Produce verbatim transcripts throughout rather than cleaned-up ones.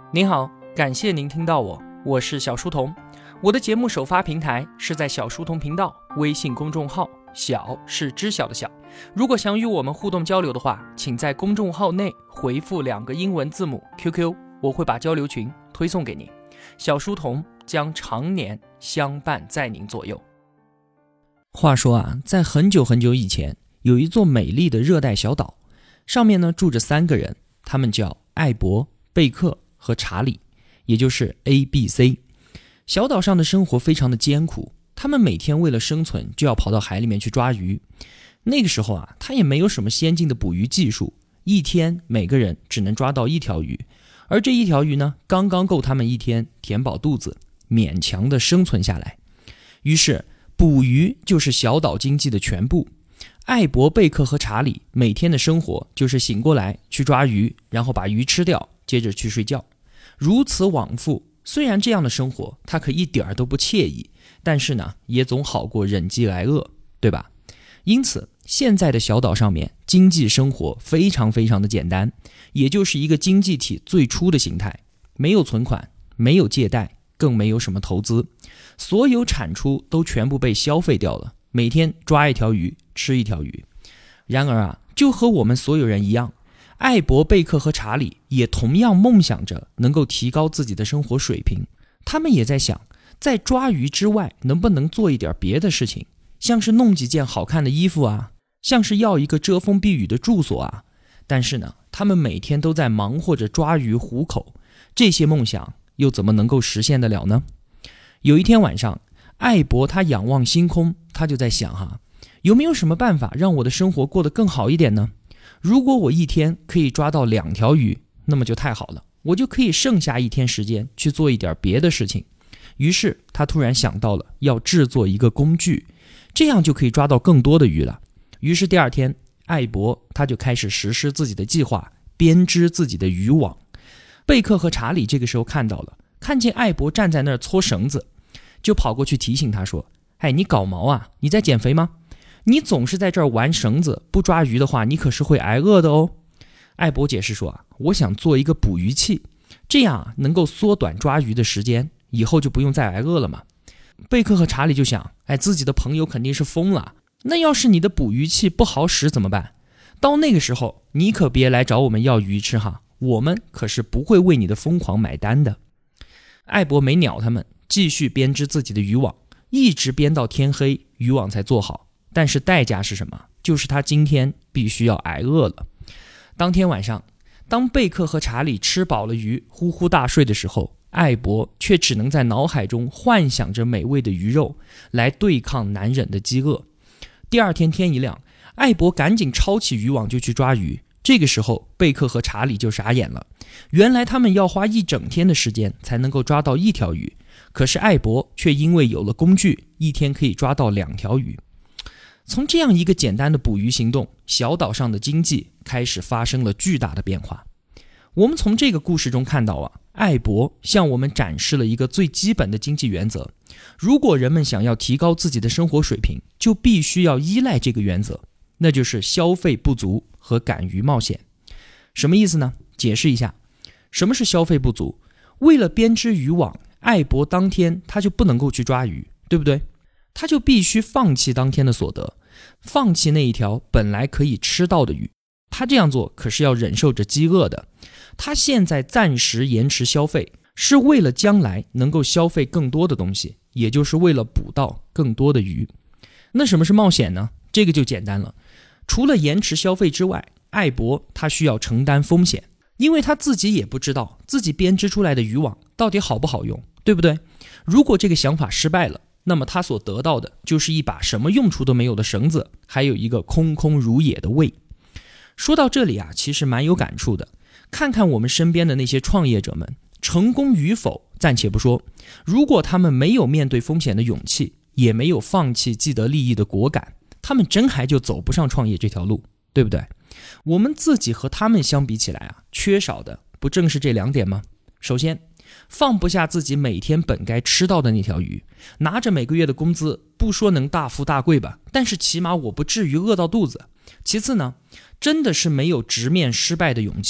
您好，感谢您听到我，我是小书童。我的节目首发平台是在小书童频道微信公众号，小是知晓的小。如果想与我们互动交流的话，请在公众号内回复两个英文字母 Q Q， 我会把交流群推送给您。小书童将常年相伴在您左右。话说啊，在很久很久以前，有一座美丽的热带小岛，上面呢住着三个人，他们叫艾伯、贝克和查理，也就是 A B C。 小岛上的生活非常的艰苦，他们每天为了生存就要跑到海里面去抓鱼。那个时候啊，他也没有什么先进的捕鱼技术，一天每个人只能抓到一条鱼，而这一条鱼呢，刚刚够他们一天填饱肚子，勉强的生存下来。于是捕鱼就是小岛经济的全部。艾伯、贝克和查理每天的生活就是醒过来去抓鱼，然后把鱼吃掉，接着去睡觉，如此往复。虽然这样的生活他可一点都不惬意，但是呢，也总好过忍饥挨饿，对吧？因此现在的小岛上面经济生活非常非常的简单，也就是一个经济体最初的形态，没有存款，没有借贷，更没有什么投资，所有产出都全部被消费掉了，每天抓一条鱼吃一条鱼。然而啊，就和我们所有人一样，艾伯、贝克和查理也同样梦想着能够提高自己的生活水平。他们也在想，在抓鱼之外能不能做一点别的事情，像是弄几件好看的衣服啊，像是要一个遮风避雨的住所啊。但是呢，他们每天都在忙活着抓鱼糊口，这些梦想又怎么能够实现得了呢？有一天晚上，艾伯他仰望星空，他就在想哈，有没有什么办法让我的生活过得更好一点呢？如果我一天可以抓到两条鱼，那么就太好了，我就可以剩下一天时间去做一点别的事情。于是他突然想到了要制作一个工具，这样就可以抓到更多的鱼了。于是第二天，艾伯他就开始实施自己的计划，编织自己的渔网。贝克和查理这个时候看到了，看见艾伯站在那儿搓绳子，就跑过去提醒他说，哎，你搞毛啊，你在减肥吗？你总是在这儿玩绳子，不抓鱼的话，你可是会挨饿的哦。艾伯解释说啊，我想做一个捕鱼器，这样啊能够缩短抓鱼的时间，以后就不用再挨饿了嘛。贝克和查理就想，哎，自己的朋友肯定是疯了，那要是你的捕鱼器不好使怎么办？到那个时候，你可别来找我们要鱼吃哈，我们可是不会为你的疯狂买单的。艾伯没鸟他们，继续编织自己的渔网，一直编到天黑，渔网才做好。但是代价是什么？就是他今天必须要挨饿了。当天晚上，当贝克和查理吃饱了鱼，呼呼大睡的时候，艾伯却只能在脑海中幻想着美味的鱼肉，来对抗难忍的饥饿。第二天天一亮，艾伯赶紧抄起渔网就去抓鱼。这个时候，贝克和查理就傻眼了，原来他们要花一整天的时间才能够抓到一条鱼，可是艾伯却因为有了工具，一天可以抓到两条鱼。从这样一个简单的捕鱼行动，小岛上的经济开始发生了巨大的变化。我们从这个故事中看到啊，艾伯向我们展示了一个最基本的经济原则，如果人们想要提高自己的生活水平，就必须要依赖这个原则，那就是消费不足和敢于冒险。什么意思呢？解释一下，什么是消费不足？为了编织渔网，艾伯当天他就不能够去抓鱼，对不对？他就必须放弃当天的所得，放弃那一条本来可以吃到的鱼。他这样做可是要忍受着饥饿的。他现在暂时延迟消费，是为了将来能够消费更多的东西，也就是为了捕到更多的鱼。那什么是冒险呢？这个就简单了。除了延迟消费之外，艾伯他需要承担风险，因为他自己也不知道自己编织出来的渔网到底好不好用，对不对？如果这个想法失败了，那么他所得到的就是一把什么用处都没有的绳子，还有一个空空如也的胃。说到这里啊，其实蛮有感触的。看看我们身边的那些创业者们，成功与否暂且不说，如果他们没有面对风险的勇气，也没有放弃既得利益的果敢，他们真还就走不上创业这条路，对不对？我们自己和他们相比起来啊，缺少的不正是这两点吗？首先，放不下自己每天本该吃到的那条鱼，拿着每个月的工资，不说能大富大贵吧，但是起码我不至于饿到肚子。其次呢，真的是没有直面失败的勇气，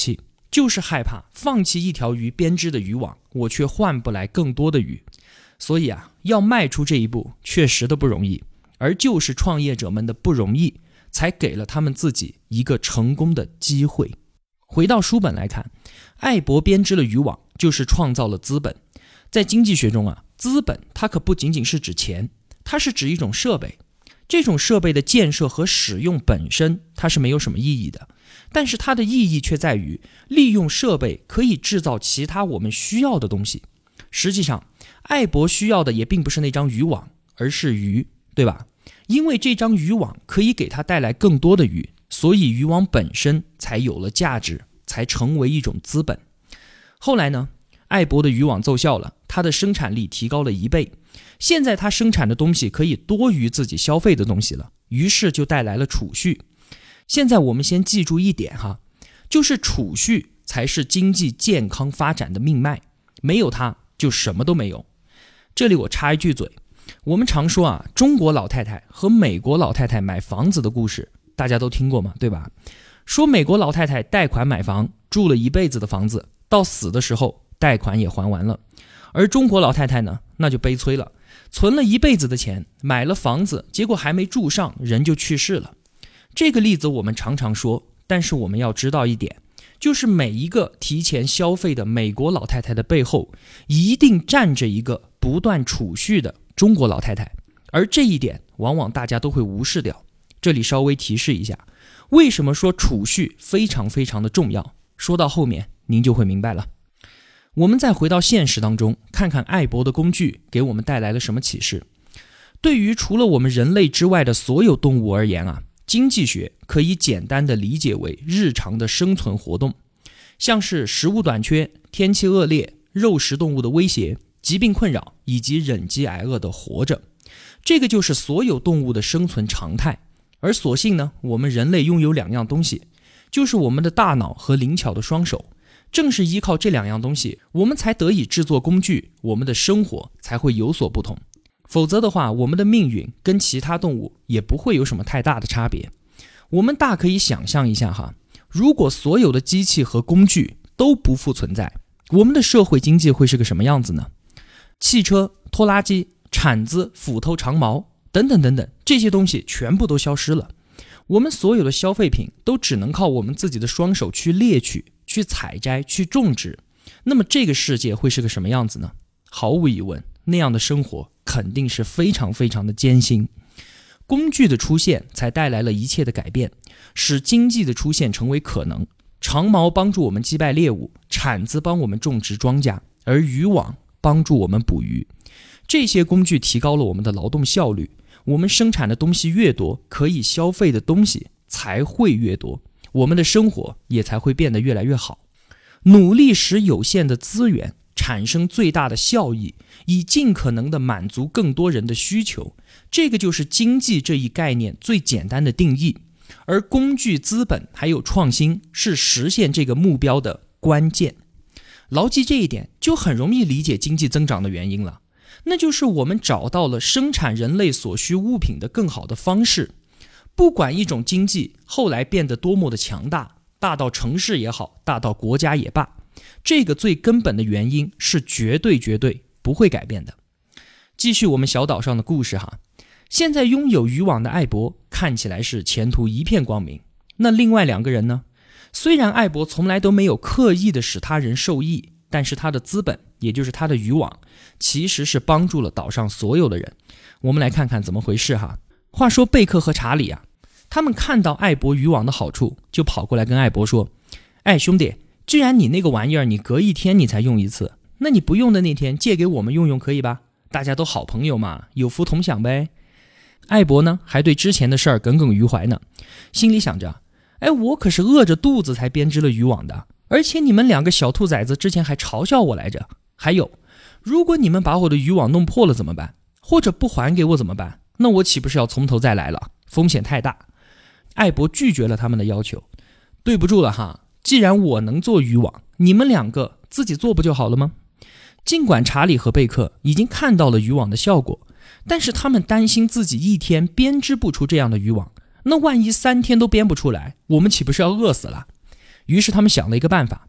就是害怕放弃一条鱼编织的渔网，我却换不来更多的鱼。所以啊，要迈出这一步确实的不容易，而就是创业者们的不容易，才给了他们自己一个成功的机会。回到书本来看，艾伯编织了渔网，就是创造了资本。在经济学中啊，资本它可不仅仅是指钱，它是指一种设备。这种设备的建设和使用本身它是没有什么意义的，但是它的意义却在于利用设备可以制造其他我们需要的东西。实际上艾伯需要的也并不是那张渔网，而是鱼，对吧？因为这张渔网可以给他带来更多的鱼，所以渔网本身才有了价值，才成为一种资本。后来呢，艾伯的渔网奏效了，他的生产力提高了一倍，现在他生产的东西可以多于自己消费的东西了，于是就带来了储蓄。现在我们先记住一点哈，就是储蓄才是经济健康发展的命脉，没有它就什么都没有。这里我插一句嘴，我们常说啊，中国老太太和美国老太太买房子的故事，大家都听过嘛，对吧？说美国老太太贷款买房，住了一辈子的房子，到死的时候贷款也还完了。而中国老太太呢，那就悲催了，存了一辈子的钱，买了房子，结果还没住上，人就去世了。这个例子我们常常说，但是我们要知道一点，就是每一个提前消费的美国老太太的背后，一定站着一个不断储蓄的中国老太太，而这一点往往大家都会无视掉。这里稍微提示一下，为什么说储蓄非常非常的重要，说到后面您就会明白了。我们再回到现实当中，看看艾伯的工具给我们带来了什么启示。对于除了我们人类之外的所有动物而言啊，经济学可以简单的理解为日常的生存活动，像是食物短缺、天气恶劣、肉食动物的威胁、疾病困扰以及忍饥挨饿的活着，这个就是所有动物的生存常态。而所幸呢，我们人类拥有两样东西，就是我们的大脑和灵巧的双手。正是依靠这两样东西，我们才得以制作工具，我们的生活才会有所不同。否则的话，我们的命运跟其他动物也不会有什么太大的差别。我们大可以想象一下哈，如果所有的机器和工具都不复存在，我们的社会经济会是个什么样子呢？汽车、拖拉机、铲子、斧头、长矛等等等等，这些东西全部都消失了。我们所有的消费品都只能靠我们自己的双手去猎取、去采摘、去种植。那么这个世界会是个什么样子呢？毫无疑问，那样的生活肯定是非常非常的艰辛。工具的出现才带来了一切的改变，使经济的出现成为可能。长矛帮助我们击败猎物，铲子帮我们种植庄稼，而渔网帮助我们捕鱼。这些工具提高了我们的劳动效率，我们生产的东西越多，可以消费的东西才会越多，我们的生活也才会变得越来越好。努力使有限的资源产生最大的效益，以尽可能的满足更多人的需求，这个就是经济这一概念最简单的定义。而工具、资本还有创新是实现这个目标的关键。牢记这一点，就很容易理解经济增长的原因了，那就是我们找到了生产人类所需物品的更好的方式。不管一种经济后来变得多么的强大，大到城市也好，大到国家也罢，这个最根本的原因是绝对绝对不会改变的。继续我们小岛上的故事哈，现在拥有渔网的艾伯看起来是前途一片光明。那另外两个人呢？虽然艾伯从来都没有刻意的使他人受益，但是他的资本，也就是他的渔网，其实是帮助了岛上所有的人。我们来看看怎么回事哈。话说贝克和查理啊，他们看到艾伯渔网的好处，就跑过来跟艾伯说：哎兄弟，既然你那个玩意儿你隔一天你才用一次，那你不用的那天借给我们用用可以吧？大家都好朋友嘛，有福同享呗。艾伯呢还对之前的事儿耿耿于怀呢，心里想着，哎，我可是饿着肚子才编织了渔网的，而且你们两个小兔崽子之前还嘲笑我来着。还有，如果你们把我的渔网弄破了怎么办？或者不还给我怎么办？那我岂不是要从头再来了？风险太大。艾伯拒绝了他们的要求。对不住了哈，既然我能做渔网，你们两个自己做不就好了吗？尽管查理和贝克已经看到了渔网的效果，但是他们担心自己一天编织不出这样的渔网，那万一三天都编不出来，我们岂不是要饿死了？于是他们想了一个办法，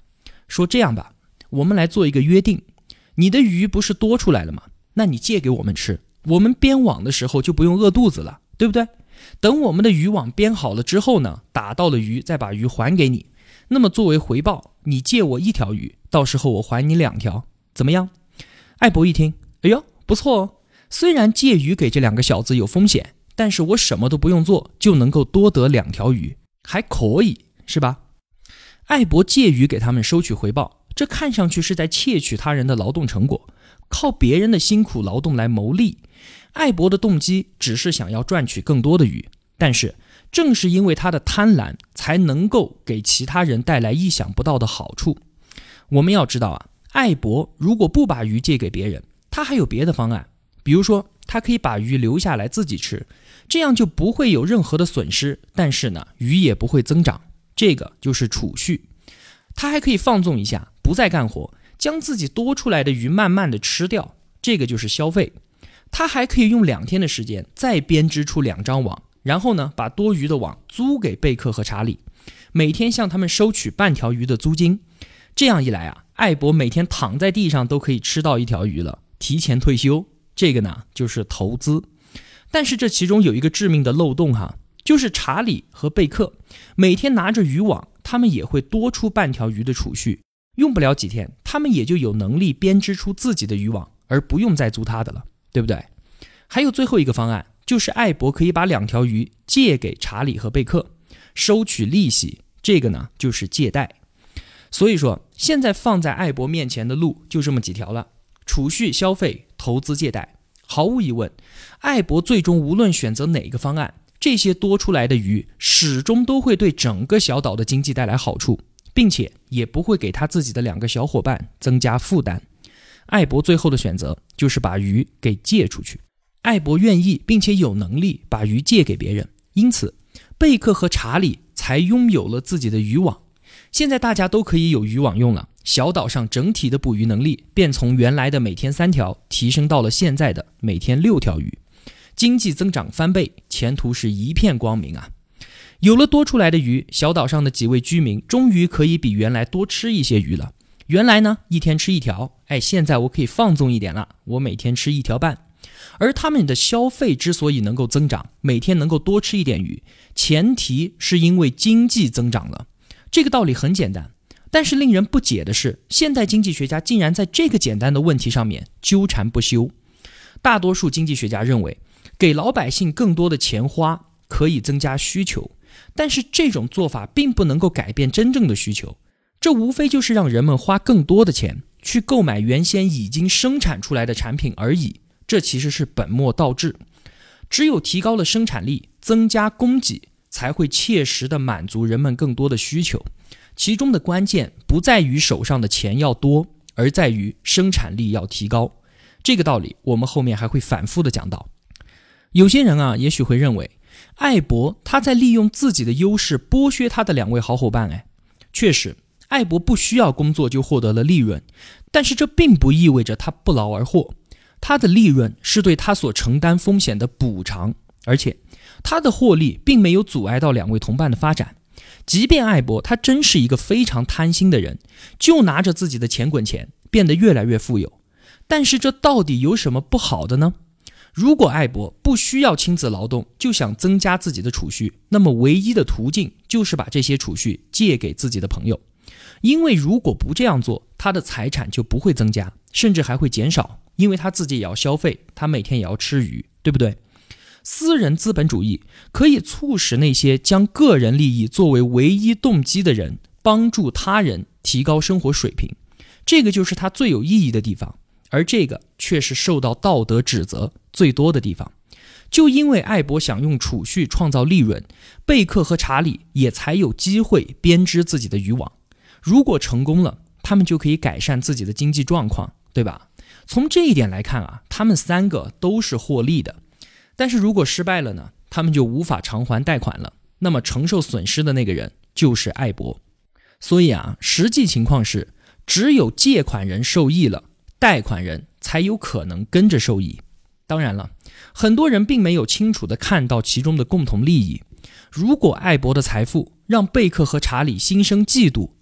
说这样吧，我们来做一个约定，你的鱼不是多出来了吗？那你借给我们吃，我们编网的时候就不用饿肚子了，对不对？等我们的渔网编好了之后呢，打到了鱼再把鱼还给你，那么作为回报，你借我一条鱼，到时候我还你两条，怎么样？艾博一听，哎呦，不错哦，虽然借鱼给这两个小子有风险，但是我什么都不用做就能够多得两条鱼，还可以，是吧？艾博借鱼给他们收取回报，这看上去是在窃取他人的劳动成果，靠别人的辛苦劳动来牟利。艾博的动机只是想要赚取更多的鱼，但是正是因为他的贪婪，才能够给其他人带来意想不到的好处。我们要知道啊，艾博如果不把鱼借给别人，他还有别的方案，比如说他可以把鱼留下来自己吃，这样就不会有任何的损失，但是呢，鱼也不会增长，这个就是储蓄。他还可以放纵一下，不再干活，将自己多出来的鱼慢慢的吃掉，这个就是消费。他还可以用两天的时间再编织出两张网，然后呢，把多余的网租给贝克和查理，每天向他们收取半条鱼的租金。这样一来啊，艾博每天躺在地上都可以吃到一条鱼了，提前退休，这个呢就是投资。但是这其中有一个致命的漏洞哈，就是查理和贝克每天拿着渔网，他们也会多出半条鱼的储蓄，用不了几天，他们也就有能力编织出自己的渔网，而不用再租他的了，对不对？还有最后一个方案，就是艾博可以把两条鱼借给查理和贝克，收取利息，这个呢就是借贷。所以说现在放在艾博面前的路就这么几条了，储蓄、消费、投资、借贷。毫无疑问，艾博最终无论选择哪个方案，这些多出来的鱼始终都会对整个小岛的经济带来好处，并且也不会给他自己的两个小伙伴增加负担。艾博最后的选择就是把鱼给借出去。艾博愿意并且有能力把鱼借给别人，因此贝克和查理才拥有了自己的渔网。现在大家都可以有渔网用了，小岛上整体的捕鱼能力便从原来的每天三条提升到了现在的每天六条鱼，经济增长翻倍，前途是一片光明啊！有了多出来的鱼，小岛上的几位居民终于可以比原来多吃一些鱼了。原来呢，一天吃一条，哎，现在我可以放纵一点了，我每天吃一条半。而他们的消费之所以能够增长，每天能够多吃一点鱼，前提是因为经济增长了。这个道理很简单，但是令人不解的是，现代经济学家竟然在这个简单的问题上面纠缠不休。大多数经济学家认为，给老百姓更多的钱花可以增加需求，但是这种做法并不能够改变真正的需求，这无非就是让人们花更多的钱去购买原先已经生产出来的产品而已，这其实是本末倒置。只有提高了生产力，增加供给，才会切实地满足人们更多的需求。其中的关键不在于手上的钱要多，而在于生产力要提高。这个道理我们后面还会反复地讲到。有些人啊，也许会认为艾博他在利用自己的优势剥削他的两位好伙伴。哎，确实艾博不需要工作就获得了利润，但是这并不意味着他不劳而获。他的利润是对他所承担风险的补偿，而且他的获利并没有阻碍到两位同伴的发展。即便艾博他真是一个非常贪心的人，就拿着自己的钱滚钱，变得越来越富有，但是这到底有什么不好的呢？如果艾博不需要亲自劳动就想增加自己的储蓄，那么唯一的途径就是把这些储蓄借给自己的朋友。因为如果不这样做，他的财产就不会增加，甚至还会减少，因为他自己也要消费，他每天也要吃鱼，对不对？私人资本主义可以促使那些将个人利益作为唯一动机的人帮助他人提高生活水平，这个就是它最有意义的地方，而这个却是受到道德指责最多的地方。就因为艾博想用储蓄创造利润，贝克和查理也才有机会编织自己的渔网。如果成功了，他们就可以改善自己的经济状况，对吧？从这一点来看啊，他们三个都是获利的。但是如果失败了呢，他们就无法偿还贷款了，那么承受损失的那个人就是艾博。所以啊，实际情况是，只有借款人受益了，贷款人才有可能跟着受益。当然了，很多人并没有清楚地看到其中的共同利益。如果艾博的财富让贝克和查理心生嫉妒，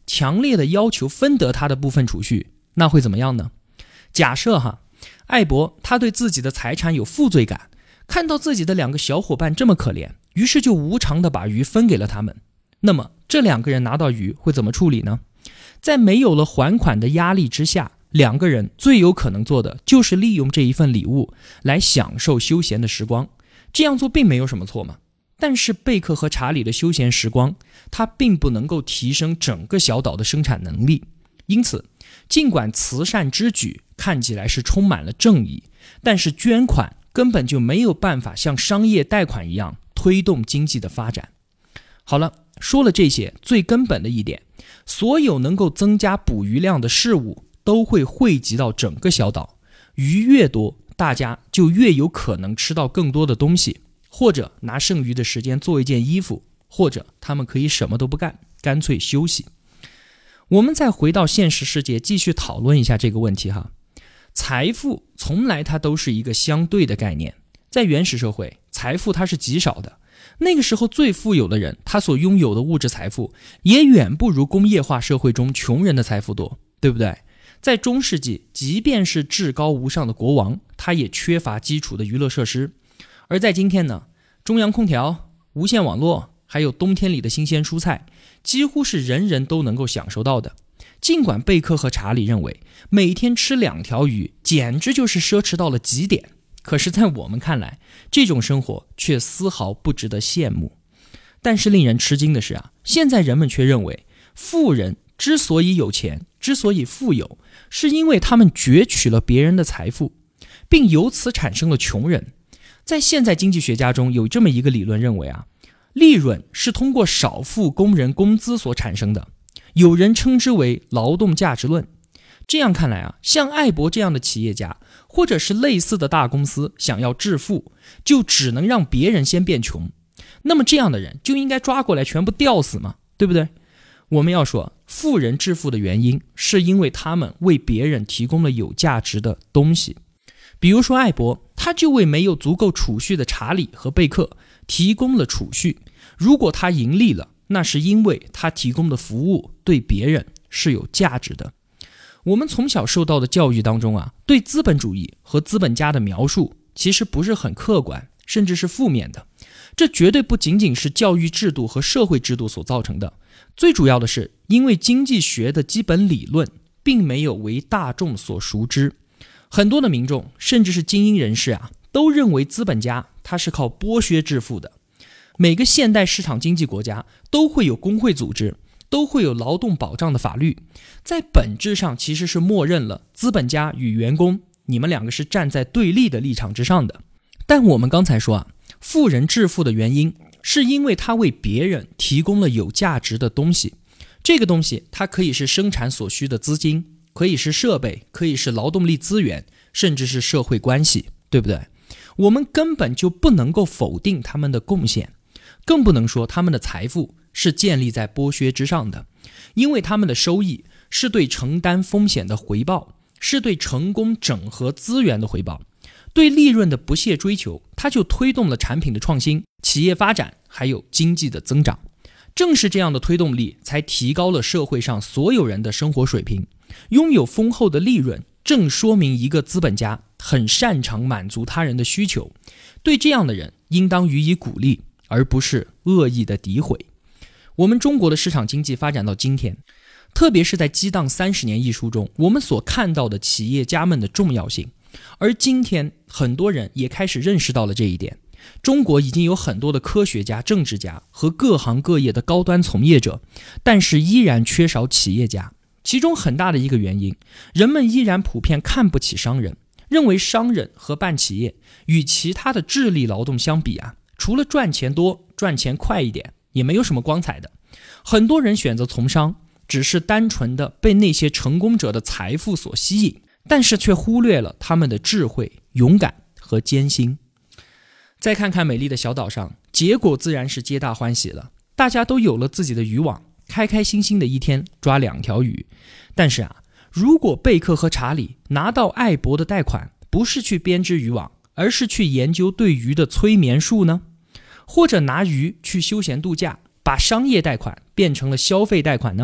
强烈的要求分得他的部分储蓄，那会怎么样呢？假设哈，艾博他对自己的财产有负罪感，看到自己的两个小伙伴这么可怜，于是就无偿的把鱼分给了他们。那么这两个人拿到鱼会怎么处理呢？在没有了还款的压力之下，两个人最有可能做的就是利用这一份礼物来享受休闲的时光。这样做并没有什么错嘛。但是贝克和查理的休闲时光，它并不能够提升整个小岛的生产能力。因此，尽管慈善之举看起来是充满了正义，但是捐款根本就没有办法像商业贷款一样推动经济的发展。好了，说了这些，最根本的一点，所有能够增加捕鱼量的事物都会汇集到整个小岛，鱼越多，大家就越有可能吃到更多的东西，或者拿剩余的时间做一件衣服，或者他们可以什么都不干，干脆休息。我们再回到现实世界，继续讨论一下这个问题哈。财富从来它都是一个相对的概念，在原始社会，财富它是极少的，那个时候最富有的人，他所拥有的物质财富也远不如工业化社会中穷人的财富多，对不对？在中世纪，即便是至高无上的国王，他也缺乏基础的娱乐设施。而在今天呢，中央空调、无线网络，还有冬天里的新鲜蔬菜，几乎是人人都能够享受到的。尽管贝克和查理认为每天吃两条鱼简直就是奢侈到了极点，可是在我们看来，这种生活却丝毫不值得羡慕。但是令人吃惊的是啊，现在人们却认为富人之所以有钱，之所以富有，是因为他们攫取了别人的财富，并由此产生了穷人。在现在经济学家中有这么一个理论认为啊，利润是通过少付工人工资所产生的，有人称之为劳动价值论。这样看来啊，像艾博这样的企业家，或者是类似的大公司想要致富，就只能让别人先变穷。那么这样的人就应该抓过来全部吊死嘛，对不对？我们要说，富人致富的原因是因为他们为别人提供了有价值的东西。比如说艾博，他就为没有足够储蓄的查理和贝克提供了储蓄。如果他盈利了，那是因为他提供的服务对别人是有价值的。我们从小受到的教育当中啊，对资本主义和资本家的描述其实不是很客观，甚至是负面的。这绝对不仅仅是教育制度和社会制度所造成的，最主要的是因为经济学的基本理论并没有为大众所熟知。很多的民众甚至是精英人士啊，都认为资本家他是靠剥削致富的。每个现代市场经济国家都会有工会组织，都会有劳动保障的法律，在本质上其实是默认了资本家与员工，你们两个是站在对立的立场之上的。但我们刚才说啊，富人致富的原因是因为他为别人提供了有价值的东西。这个东西它可以是生产所需的资金，可以是设备，可以是劳动力资源，甚至是社会关系，对不对？我们根本就不能够否定他们的贡献，更不能说他们的财富是建立在剥削之上的，因为他们的收益是对承担风险的回报，是对成功整合资源的回报。对利润的不懈追求，它就推动了产品的创新、企业发展，还有经济的增长。正是这样的推动力，才提高了社会上所有人的生活水平。拥有丰厚的利润，正说明一个资本家很擅长满足他人的需求。对这样的人，应当予以鼓励，而不是恶意的诋毁。我们中国的市场经济发展到今天，特别是在《激荡三十年》一书中，我们所看到的企业家们的重要性。而今天很多人也开始认识到了这一点。中国已经有很多的科学家、政治家和各行各业的高端从业者，但是依然缺少企业家。其中很大的一个原因，人们依然普遍看不起商人，认为商人和办企业与其他的智力劳动相比啊，除了赚钱多、赚钱快一点，也没有什么光彩的。很多人选择从商，只是单纯的被那些成功者的财富所吸引，但是却忽略了他们的智慧、勇敢和艰辛。再看看美丽的小岛上，结果自然是皆大欢喜了，大家都有了自己的渔网，开开心心的一天抓两条鱼。但是啊，如果贝克和查理拿到艾博的贷款，不是去编织渔网，而是去研究对鱼的催眠术呢？或者拿鱼去休闲度假，把商业贷款变成了消费贷款呢？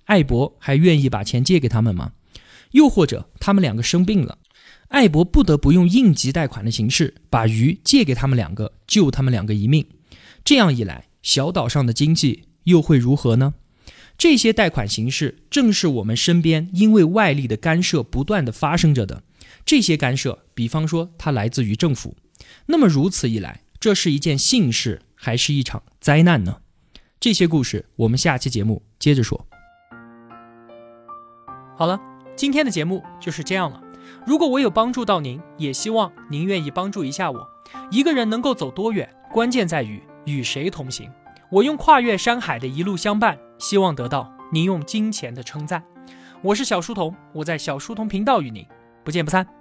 艾伯还愿意把钱借给他们吗？又或者他们两个生病了，艾伯不得不用应急贷款的形式把鱼借给他们两个，救他们两个一命。这样一来，小岛上的经济又会如何呢？这些贷款形式正是我们身边因为外力的干涉不断的发生着的。这些干涉，比方说它来自于政府。那么如此一来，这是一件幸事还是一场灾难呢？这些故事我们下期节目接着说。好了，今天的节目就是这样了。如果我有帮助到您，也希望您愿意帮助一下我。一个人能够走多远，关键在于与谁同行。我用跨越山海的一路相伴，希望得到您用金钱的称赞。我是小书童，我在小书童频道与您不见不散。